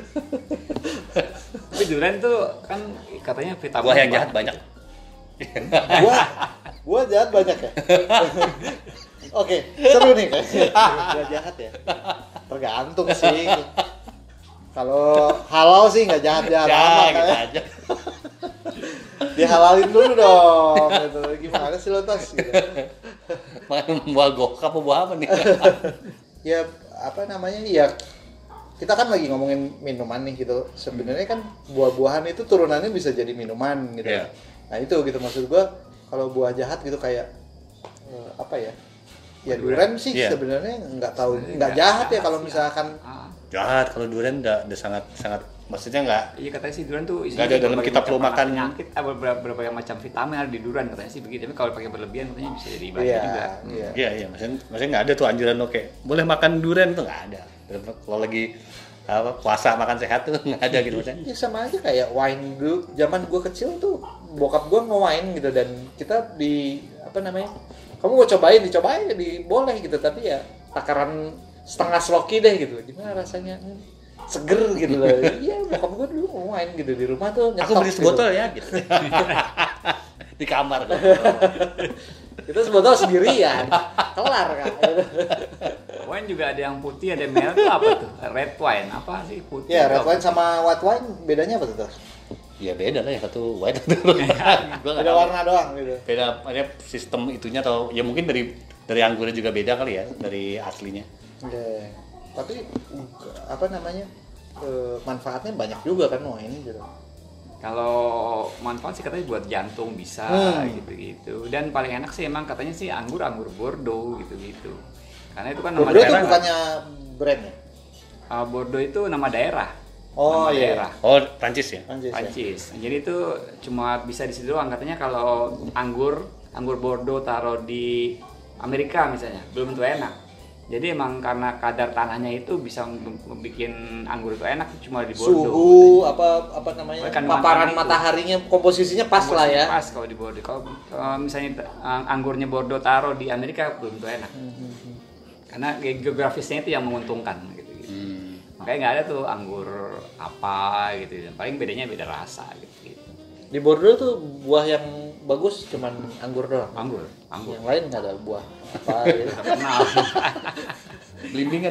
tapi durian tuh kan katanya vitamin. Buah yang jahat banyak. Buah, buah jahat banyak ya. Oke, seru nih kayaknya. Buah jahat ya. Tergantung sih. Kalau halal sih nggak jahat-jahat Ya, amat gitu ya. aja. Dihalalin dulu dong gitu. Gimana sih lo Tas gitu. Makan buah gokap apa buah apa nih? Ya apa namanya ya, kita kan lagi ngomongin minuman nih gitu. Sebenarnya kan buah-buahan itu turunannya bisa jadi minuman gitu. Iya. Nah itu gitu maksud gua, kalau buah jahat gitu kayak eh, apa ya? Ya durian sih Iya. sebenarnya nggak tahu, Sebenarnya nggak nggak jahat ya jahat kalau sih, misalkan Ah, Jahat kalau durian udah, udah sangat sangat maksudnya nggak iya katanya sih durian tuh Nggak ada dalam berbagai kitab macam lu makan. penyakit, ah, berbagai, berbagai macam vitamin ada di durian katanya sih begitu. Tapi kalau pakai berlebihan katanya bisa jadi bahaya iya, juga. iya. Iya iya, maksudnya maksudnya nggak ada tuh anjuran lo kayak boleh makan durian tuh nggak ada. Kalau lagi apa puasa makan sehat tuh nggak ada gitu maksudnya. Ya sama aja kayak wine dulu, zaman gua kecil tuh bokap gua nge-wine gitu, dan kita di apa namanya? Kamu mau cobain, dicobain, di boleh gitu, tapi ya takaran setengah sloki deh gitu. Gimana rasanya? Hmm, seger gitu loh. Iya, bokap gua dulu nge-wine gitu di rumah tuh. Aku nyetok beli gitu. sebotol ya gitu. Di kamar tuh. Itu sebotol sendirian. Kelar kan. Wine juga ada yang putih, ada yang merah tuh apa tuh? Red wine apa sih putih? Ya, red atau- wine sama white wine bedanya apa tuh? Tas? Ya beda lah, yang satu white satu gua nggak Beda tahu. warna doang gitu. Beda makanya sistem itunya atau ya mungkin dari dari anggurnya juga beda kali ya dari aslinya. Oke. Tapi apa namanya? eh, manfaatnya banyak juga kan wine gitu. Kalau manfaat sih katanya buat jantung bisa Hmm. gitu-gitu. Dan paling enak sih emang katanya sih anggur anggur Bordeaux gitu-gitu. Karena itu kan nama Bordeaux itu daerah. bukannya brand ya? Ah, Bordeaux itu nama daerah. Oh, Nama iya. daerah. Oh, Prancis ya? Prancis. Ya? Prancis. Jadi itu cuma bisa di situ doang. Katanya kalau anggur anggur Bordeaux taruh di Amerika misalnya belum tentu enak. Jadi emang karena kadar tanahnya itu bisa membuat anggur itu enak cuma di Bordeaux. Suhu apa apa namanya? Kan paparan itu. mataharinya komposisinya pas lah ya. Pas kalau di Bordeaux. Kalau kalau misalnya uh, anggurnya Bordeaux taruh di Amerika belum tentu enak. Karena ge- geografisnya itu yang menguntungkan gitu. gitu. Hmm. Makanya nggak ada tuh anggur apa gitu. Paling bedanya beda rasa gitu. gitu. Di Bordeaux tuh buah yang bagus cuman anggur doang. Anggur, anggur. Yang lain nggak ada buah apa gitu. Terkenal. Belimbingan.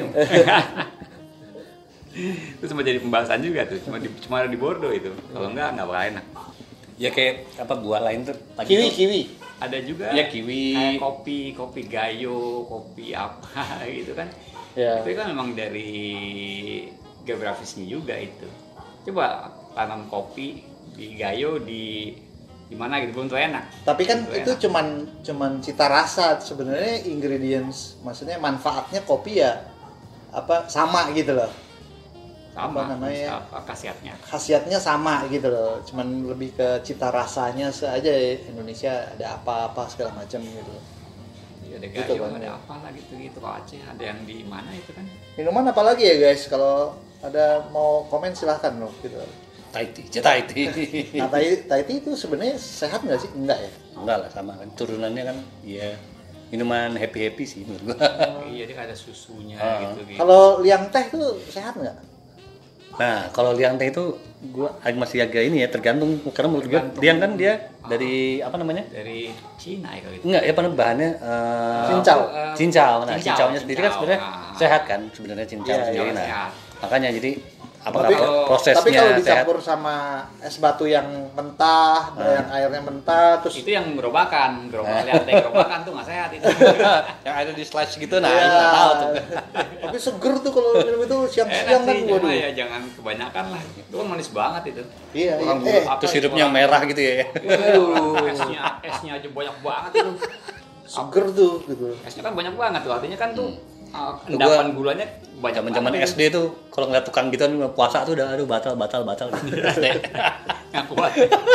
Itu sempat jadi pembahasan juga tuh. Cuma di cuma ada di Bordeaux itu. Kalau enggak nggak bakal enak. Ya kayak apa buah lain tuh tadi Kiwi, tuh, kiwi. Ada juga Ya, kiwi. kayak kopi, kopi gayo, kopi apa gitu kan. Ya. Itu kan memang dari geografisnya juga itu. Coba tanam kopi di gayo di di mana gitu belum tentu enak. Tapi kan Belum itu enak. cuman cuman cita rasa, sebenarnya ingredients, maksudnya manfaatnya kopi ya apa sama gitu loh. sama apa namanya? apa khasiatnya. Khasiatnya sama gitu loh. Cuman lebih ke cita rasanya saja Indonesia ada apa-apa segala macam gitu. Iya, ada Gitu gayo, kan. ada apa lah gitu gitu. Kalau Aceh ada yang di mana itu kan? Minuman apa lagi ya guys? Kalau ada mau komen silahkan loh gitu. Thai tea, ya Thai tea. Nah, Thai, Thai tea itu sebenarnya sehat nggak sih? Enggak ya? Enggak lah sama kan turunannya kan ya minuman happy happy sih menurut gua. Iya dia kan ada susunya Ah. gitu gitu. Kalau liang teh tuh sehat nggak? Nah kalau liang teh itu gua masih agak ini ya tergantung karena menurut gua Tergantung. liang kan dia dari apa namanya? Dari Cina ya kalau itu. Enggak ya pada bahannya eh, Cincau. Eh, cincau. Nah cincau, cincaunya sendiri kan cincau. sebenarnya Ah. sehat kan sebenarnya cincau Iya, sendiri. iya, Nah sehat. makanya jadi apa Tapi- apa prosesnya Tapi kalau sehat. dicampur sama es batu yang mentah, Ah. yang airnya mentah, terus Itu yang gerobakan, gerobakan lihat gerobakan tuh nggak sehat itu. yang ada di slice gitu nah Iya. itu nggak tahu tuh. Tapi seger tuh kalau minum itu Enak siang-siang kan, sih, waduh. cuma ya jangan kebanyakan lah. Itu kan manis banget itu. Iya, Orang iya. bulu Eh, apa, Terus hidupnya yang orang- merah gitu ya. Aduh, esnya esnya aja banyak banget itu. Seger tuh gitu. Esnya kan banyak banget tuh, artinya kan tuh uh, Tuh endapan gulanya banyak Zaman-zaman banget. S D tuh kalau ngeliat tukang gitu kan puasa tuh udah aduh batal batal batal gitu. S D. Nggak kuat.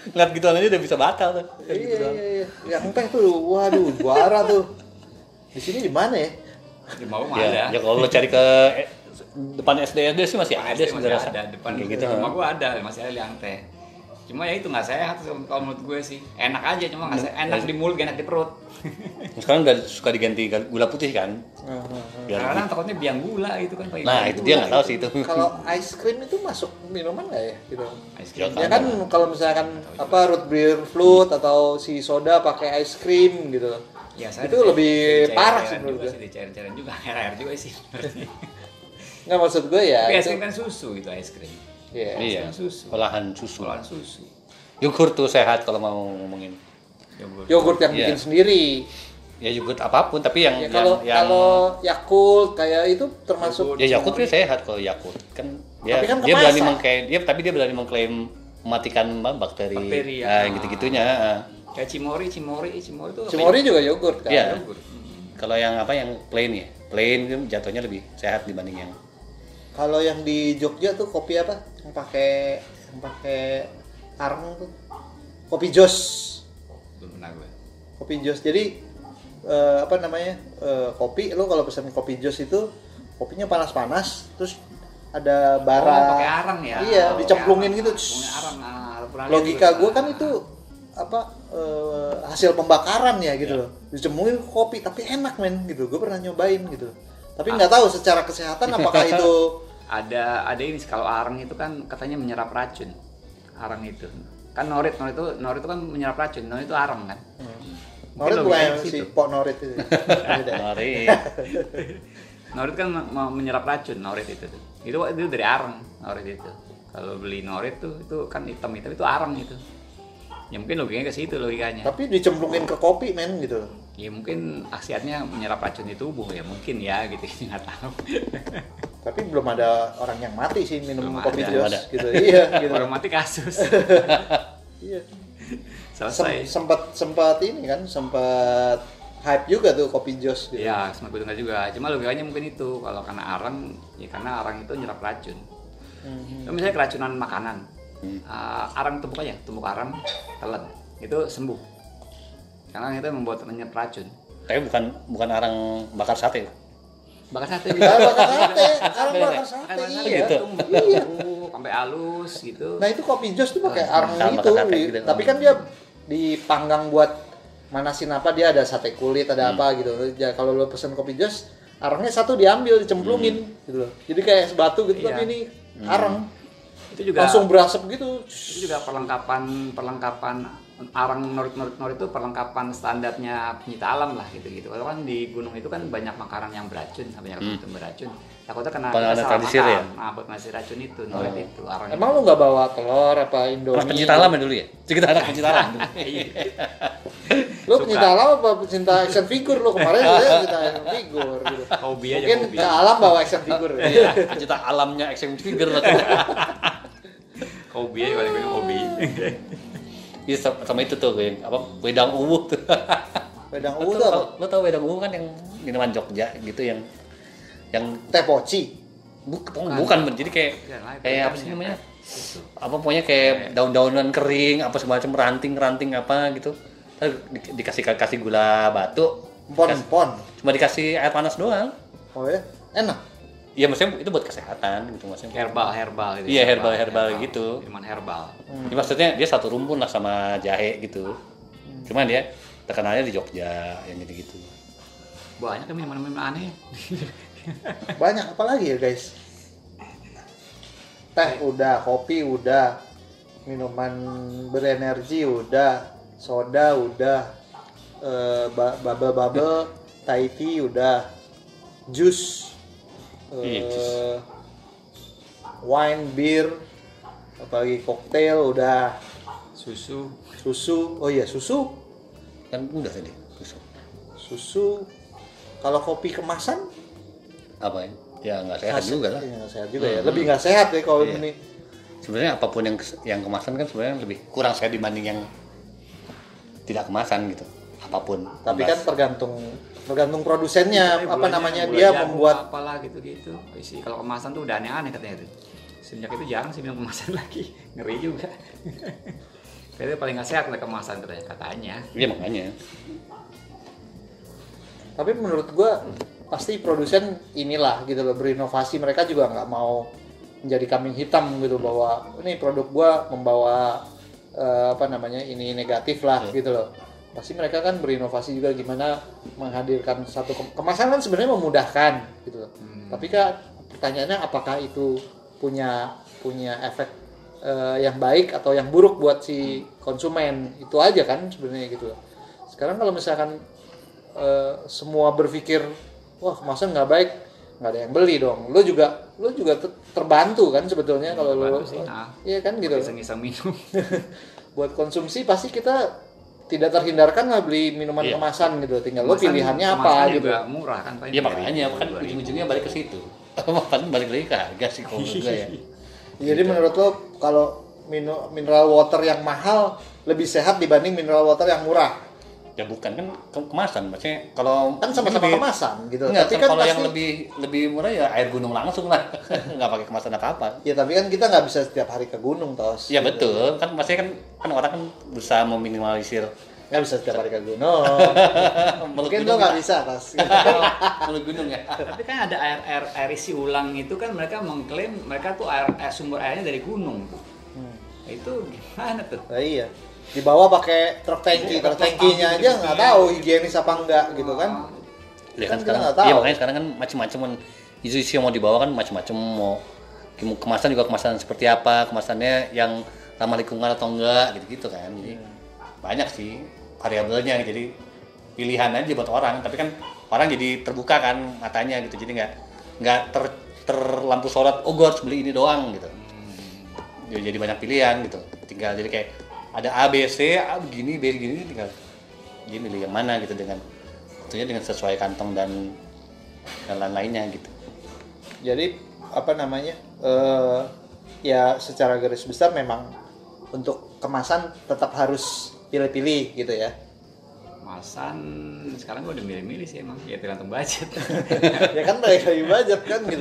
Ngeliat gituan aja udah bisa batal tuh. Iya, iya, iya. Yang teh tuh, waduh, juara tuh. Di sini di mana ya? Di mau mah Ya, ada. ya kalau lo cari ke eh, depan S D S D sih masih ada Masih sih gue rasa. ada depan Kayak gitu. gitu. Rumah gua ada, masih ada liang teh. Cuma ya itu nggak sehat kalau menurut gue sih. Enak aja cuma nggak sehat. Enak di mulut, enak di perut. Sekarang udah suka diganti gula putih kan. Biar Karena lebih- takutnya biang gula gitu kan. pakai Nah biang itu gula dia nggak tahu gitu. sih itu. Kalau ice cream itu masuk minuman nggak ya? Gitu. Ice cream. Ya, Ya kan kalau misalkan apa root beer float atau si soda pakai ice cream gitu. Ya, saya Itu dicair- lebih dicairin parah sih juga menurut gue. sih, dicair-cairin juga, air-air juga sih. Nggak maksud gue ya. Tapi es itu- krim kan susu itu es krim. Iya. Iya. Susu. Olahan susu. Olahan susu. Yogurt tuh sehat kalau mau ngomongin. Yogurt. Yogurt yang Iya. bikin sendiri. Ya yogurt apapun tapi yang Ya, kalau yang, yang kalau Yakult kayak itu termasuk ya Yakult dia sehat kalau Yakult kan dia Tapi kan dia berani kemasan. mengklaim dia tapi dia berani mengklaim mematikan bakteri, Bakteri, nah, ya. gitu-gitunya. Kayak cimori, cimori, cimori itu apa Cimori ya? juga yogurt kan. Iya. Yogurt. Kalau yang apa yang plain ya plain itu jatuhnya lebih sehat dibanding yang Kalau yang di Jogja tuh kopi apa? Yang pakai yang pakai areng tuh. Kopi jos. Belum pernah gue. Kopi jos. Jadi eh, apa namanya? eh, kopi lo kalau pesan kopi jos itu kopinya panas-panas terus ada bara. Oh, pakai arang ya. Iya, Pakai dicemplungin arang. gitu. Pakai arang. Nah, pernah lihat Logika juga. gue kan itu apa eh, hasil pembakaran ya gitu loh. Dicemplungin ke kopi tapi enak men gitu. Gue pernah nyobain gitu. Tapi nggak tahu secara kesehatan apakah itu ada ada ini kalau arang itu kan katanya menyerap racun. Arang itu. Kan norit, norit itu norit itu kan menyerap racun. Norit itu arang kan. Norit Mungkin bukan logikanya si situ. Pok Norit itu. Beda. Mari. Norit kan me- menyerap racun norit itu tuh. Itu itu dari arang norit itu. Kalau beli norit tuh itu kan hitam-hitam itu arang gitu. Ya mungkin logikanya ke situ logikanya. Tapi dicemplungin ke kopi men gitu. Ya mungkin khasiatnya menyerap racun di tubuh ya mungkin ya gitu nggak tahu. Tapi belum ada orang yang mati sih minum Belum kopi ada, jos ada. gitu. Iya gitu. Baru mati kasus. Iya. Selesai. Sem- sempat sempat ini kan sempat hype juga tuh kopi jos gitu. Ya, sempat gue dengar juga. Cuma logikanya mungkin itu kalau karena arang, ya karena arang itu nyerap racun. Mhm. Kalau misalnya keracunan makanan, Hmm. uh, arang tumbuk aja, tumbuk arang, telan, itu sembuh. Karena itu membuat menyerap racun. Tapi bukan bukan arang bakar sate. Bakar sate Ah, bakar sate, arang bakar sate Bakar sate iya. gitu. tumbuk, Iya. tumbuk, sampai halus gitu. Nah itu kopi jos tuh pakai arang Sama gitu, sate di- gitu. tapi kan dia dipanggang buat manasin apa dia ada sate kulit ada apa gitu. Ya kalau lo pesen kopi jos, arangnya satu diambil dicemplungin gitu loh. Jadi kayak sebatu gitu Iya. tapi ini arang Itu juga langsung berasap gitu. itu juga perlengkapan perlengkapan arang norit norit norit itu perlengkapan standarnya pencinta alam lah gitu gitu. Kalau kan di gunung itu kan banyak makanan yang beracun, banyak Hmm. itu beracun. Takutnya kena Makanan kita salah tradisi makan. ya? Nah, buat ngasih racun itu norit itu arang. Emang lu nggak bawa telur apa Indomie? Anak pencinta alam ya dulu ya? Kita anak pencinta alam. Iya. Lu Suka. pencinta alam apa pencinta action figure lu kemarin saya pencinta action figure gitu. Hobi aja Mungkin hobi. ke alam bawa action figure. Iya, pencinta alamnya action figure lah. Hobi aja kalau gue hobi. Iya sama, sama itu tuh yang apa wedang uwu tuh. Wedang Lo uwu tau, tuh apa? lo tau wedang uwu kan yang minuman Jogja gitu yang yang Teh poci. bukan bukan jadi kayak Ya, lain, kayak apa bedanya. sih namanya? Itu. Apa pokoknya kayak daun-daunan kering apa semacam ranting-ranting apa gitu. Terus di- dikasih kasih gula batu. Pon Dikas- pon. Cuma dikasih air panas doang. Oh ya, enak. Iya maksudnya itu buat kesehatan gitu maksudnya. Herbal herbal gitu. Iya, herbal, herbal gitu. Minuman herbal. Ya, maksudnya dia satu rumpun lah sama jahe gitu. Cuma dia terkenalnya di Jogja yang gitu-gitu. Banyak kan minuman-minuman aneh. Banyak apa lagi ya guys? Teh udah, kopi udah, minuman berenergi udah, soda udah, eh, ba- bubble-bubble, Thai tea udah, jus, Iya, jus. eh, wine, bir, apalagi koktail udah, Susu. susu, oh iya susu, Kan udah tadi. Susu. susu. Kalau kopi kemasan, Apa ya? Ya nggak sehat juga lah. Iya, nggak sehat juga ya. Lebih nggak sehat ya kalau Iya. ini. Sebenarnya apapun yang kes- yang kemasan kan sebenarnya lebih kurang sehat dibanding yang tidak kemasan gitu. Apapun. Tapi Bebas. kan tergantung tergantung produsennya Tapi apa gulanya- namanya gula dia jagung membuat apalah gitu-gitu. Isi kalau kemasan tuh udah aneh-aneh katanya itu. Semenjak itu jarang sih minum kemasan lagi. Ngeri juga. Itu paling nggak sehat lah kemasan katanya. Katanya. Iya makanya. Tapi menurut gua pasti produsen inilah gitu loh, berinovasi. Mereka juga nggak mau menjadi kambing hitam gitu bahwa ini produk gua membawa eh, apa namanya ini negatif lah Hmm. gitu loh. Pasti mereka kan berinovasi juga gimana menghadirkan satu ke- kemasan kan sebenarnya memudahkan gitu loh. Hmm. Tapi kan pertanyaannya apakah itu punya punya efek eh, yang baik atau yang buruk buat si konsumen, itu aja kan sebenarnya gitu loh. Sekarang kalau misalkan eh, semua berpikir wah kemasan nggak baik, nggak ada yang beli dong. Lo juga lo juga ter- terbantu kan sebetulnya kalau lo Terbantu sih, nah. iya kan gitu. Iseng-iseng minum. Buat konsumsi pasti kita tidak terhindarkan lah beli minuman Iya. kemasan gitu. Tinggal lo Kemasan- pilihannya apa kemasan gitu. juga murah kan. paling Iya tiga makanya ribu, kan dua ribu. ujung-ujungnya balik ke situ. Kan balik lagi ke harga sih kalau menurut gue ya. Jadi menurut lo kalau minu- mineral water yang mahal lebih sehat dibanding mineral water yang murah? Ya bukan kan ke- kemasan, maksudnya kalau Kan sama-sama lebih- kemasan gitu. Enggak, Tapi kan kan kalau pasti yang lebih lebih murah ya air gunung langsung lah, nggak pakai kemasan apa-apa. ya tapi kan kita nggak bisa setiap hari ke gunung tos. Ya Gitu. betul, kan maksudnya kan kan orang kan berusaha meminimalisir. Nggak bisa setiap hari ke gunung. Mungkin lo nggak bisa tos. Meluk gunung ya. Tapi kan ada air, air air isi ulang itu kan mereka mengklaim mereka tuh air, air sumber airnya dari gunung. Hmm. Itu gimana tuh? Nah, iya. Dibawa pakai truk tangki, Iya, truk truk tangkinya tangki aja gitu. nggak tahu higienis apa enggak gitu kan. Ya Kan kan kita sekarang, nggak tahu. iya makanya sekarang kan macam-macam kan isu-isu yang mau dibawa kan macam-macam, mau kemasan juga kemasan seperti apa, kemasannya yang ramah lingkungan atau enggak gitu-gitu kan. Jadi banyak sih variabelnya, jadi pilihan aja buat orang, tapi kan orang jadi terbuka kan matanya gitu, jadi nggak nggak ter terlampu sorot oh gue harus beli ini doang gitu. Jadi, jadi banyak pilihan gitu, tinggal jadi kayak ada A B C, A begini B begini, tinggal dia milih yang mana gitu dengan tentunya dengan sesuai kantong dan dan lain-lainnya gitu. Jadi apa namanya? eh ya secara garis besar memang untuk kemasan tetap harus pilih-pilih gitu ya. Kemasan sekarang gue udah milih-milih sih emang, ya tergantung budget. Ya kan dari budget kan gitu.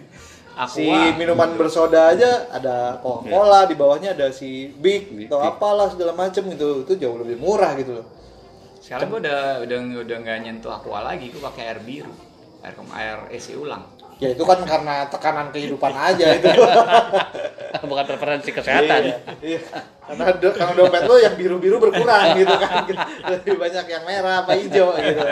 Si Aqua. minuman bersoda aja ada Coca-Cola, di bawahnya ada si Big Big, atau Big. apalah segala macem gitu. Itu jauh lebih murah gitu loh. Sekarang gue udah udah udah nggak nyentuh aqua lagi, gue pakai air biru, air air isi ulang. Ya itu kan karena tekanan kehidupan aja itu. Bukan preferensi kesehatan. Iya, iya. Karena, do, karena dompet lo yang biru-biru berkurang gitu kan. Lebih banyak yang merah apa hijau gitu.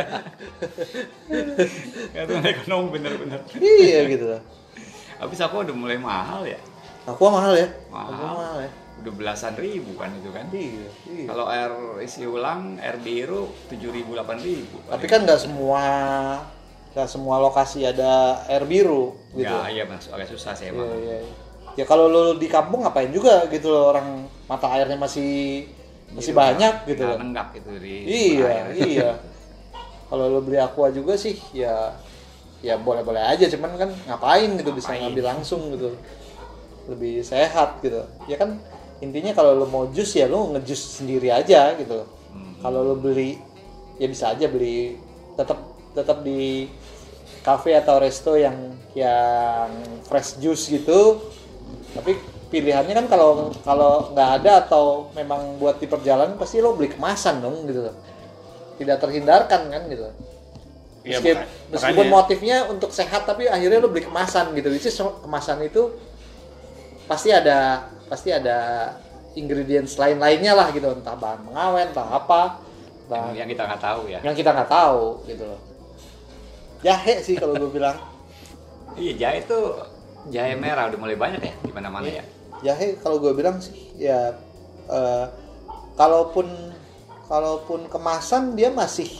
Itu ekonomi bener-bener. Iya gitu. Habis aku udah mulai mahal ya, Aqua mahal ya? Mahal. Aqua mahal ya? udah belasan ribu kan itu kan. Iya, iya. Kalau air isi ulang, air biru tujuh ribu, delapan ribu. Tapi kan nggak semua nggak semua lokasi ada air biru gitu. Ya, iya masuk agak susah sih Iya, emang. iya. Ya kalau lo di kampung ngapain juga gitu loh, orang mata airnya masih masih Gitu, banyak nggak- gitu. nggak nenggak gitu di Iya, air. iya. Kalau lo beli aqua juga sih ya ya boleh-boleh aja, cuman kan ngapain gitu, bisa Ngapain? ngambil langsung gitu. Lebih sehat gitu. Ya kan intinya kalau lo mau jus ya lo ngejus sendiri aja gitu. Hmm. Kalau lo beli ya bisa aja beli tetap tetap di cafe atau resto yang yang fresh juice gitu. Tapi pilihannya kan kalau kalau nggak ada atau memang buat di perjalanan pasti lo beli kemasan dong gitu. Tidak terhindarkan kan gitu. Iya, Meski- maka- meskipun makanya- motifnya untuk sehat tapi akhirnya lo beli kemasan gitu. Which is kemasan itu pasti ada pasti ada ingredients lain-lainnya lah gitu, entah bahan pengawet, entah apa, Yang, bahan yang kita nggak tahu ya. yang kita nggak tahu gitu loh. Jahe sih kalau gue bilang. Iya, jahe itu jahe merah udah mulai banyak ya di mana-mana ya. Jahe kalau gue bilang sih ya eh, kalaupun kalaupun kemasan dia masih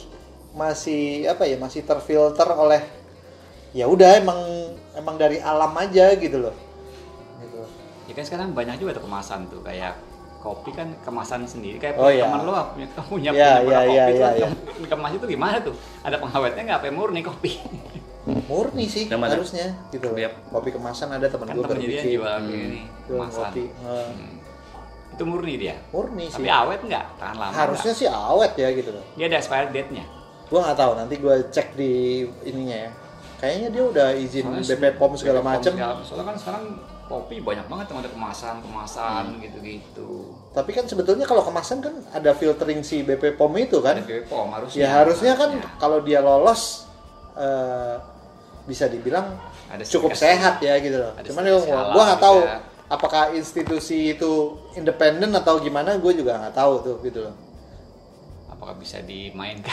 masih apa ya masih terfilter oleh ya udah emang emang dari alam aja gitu loh. Gitu. Ya kan sekarang banyak juga tuh kemasan tuh kayak kopi kan kemasan sendiri kayak Oh, iya. teman lo punya punya, Iya, punya iya, kopi iya, tuh iya, kem- kemas itu gimana tuh? Ada pengawetnya nggak? Apa murni kopi? Murni sih Yang mana? harusnya gitu. Yep. Kopi kemasan ada teman Kan gue temennya dia berbikin. jual Hmm. kayak ini Jual kemasan. kopi. Eh, Hmm. Itu murni dia. Murni sih. Tapi awet nggak? Tahan lama. Harusnya sih awet ya gitu loh. nggak? Dia ada expired date-nya. Gua nggak tahu, nanti gua cek di ininya ya. Kayaknya dia udah izin Soalnya B P P O M segala B P P O M macem. segala- Soalnya kan sekarang kopi banyak banget yang ada kemasan-kemasan Hmm. gitu-gitu. Tapi kan sebetulnya kalau kemasan kan ada filtering si B P P O M itu kan. Ada B P O M harusnya. Ya harusnya kan harusnya. kalau dia lolos eh, bisa dibilang Ada cukup stiker sehat ya gitu loh. Ada Cuman stiker gua, halal gua nggak tahu juga. apakah institusi itu independen atau gimana, gue juga nggak tahu tuh gitu loh. Apakah bisa dimainkan?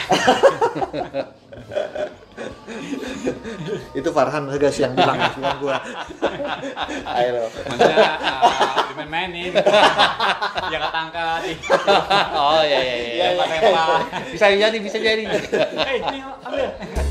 Itu Farhan guys yang bilang, bukan gua. Ayo loh. Maksudnya uh, dimain-mainin. Yang ketangkat. Oh iya iya iya. Yang pakai pelan. Bisa jadi, bisa jadi. Hei, ini ambil.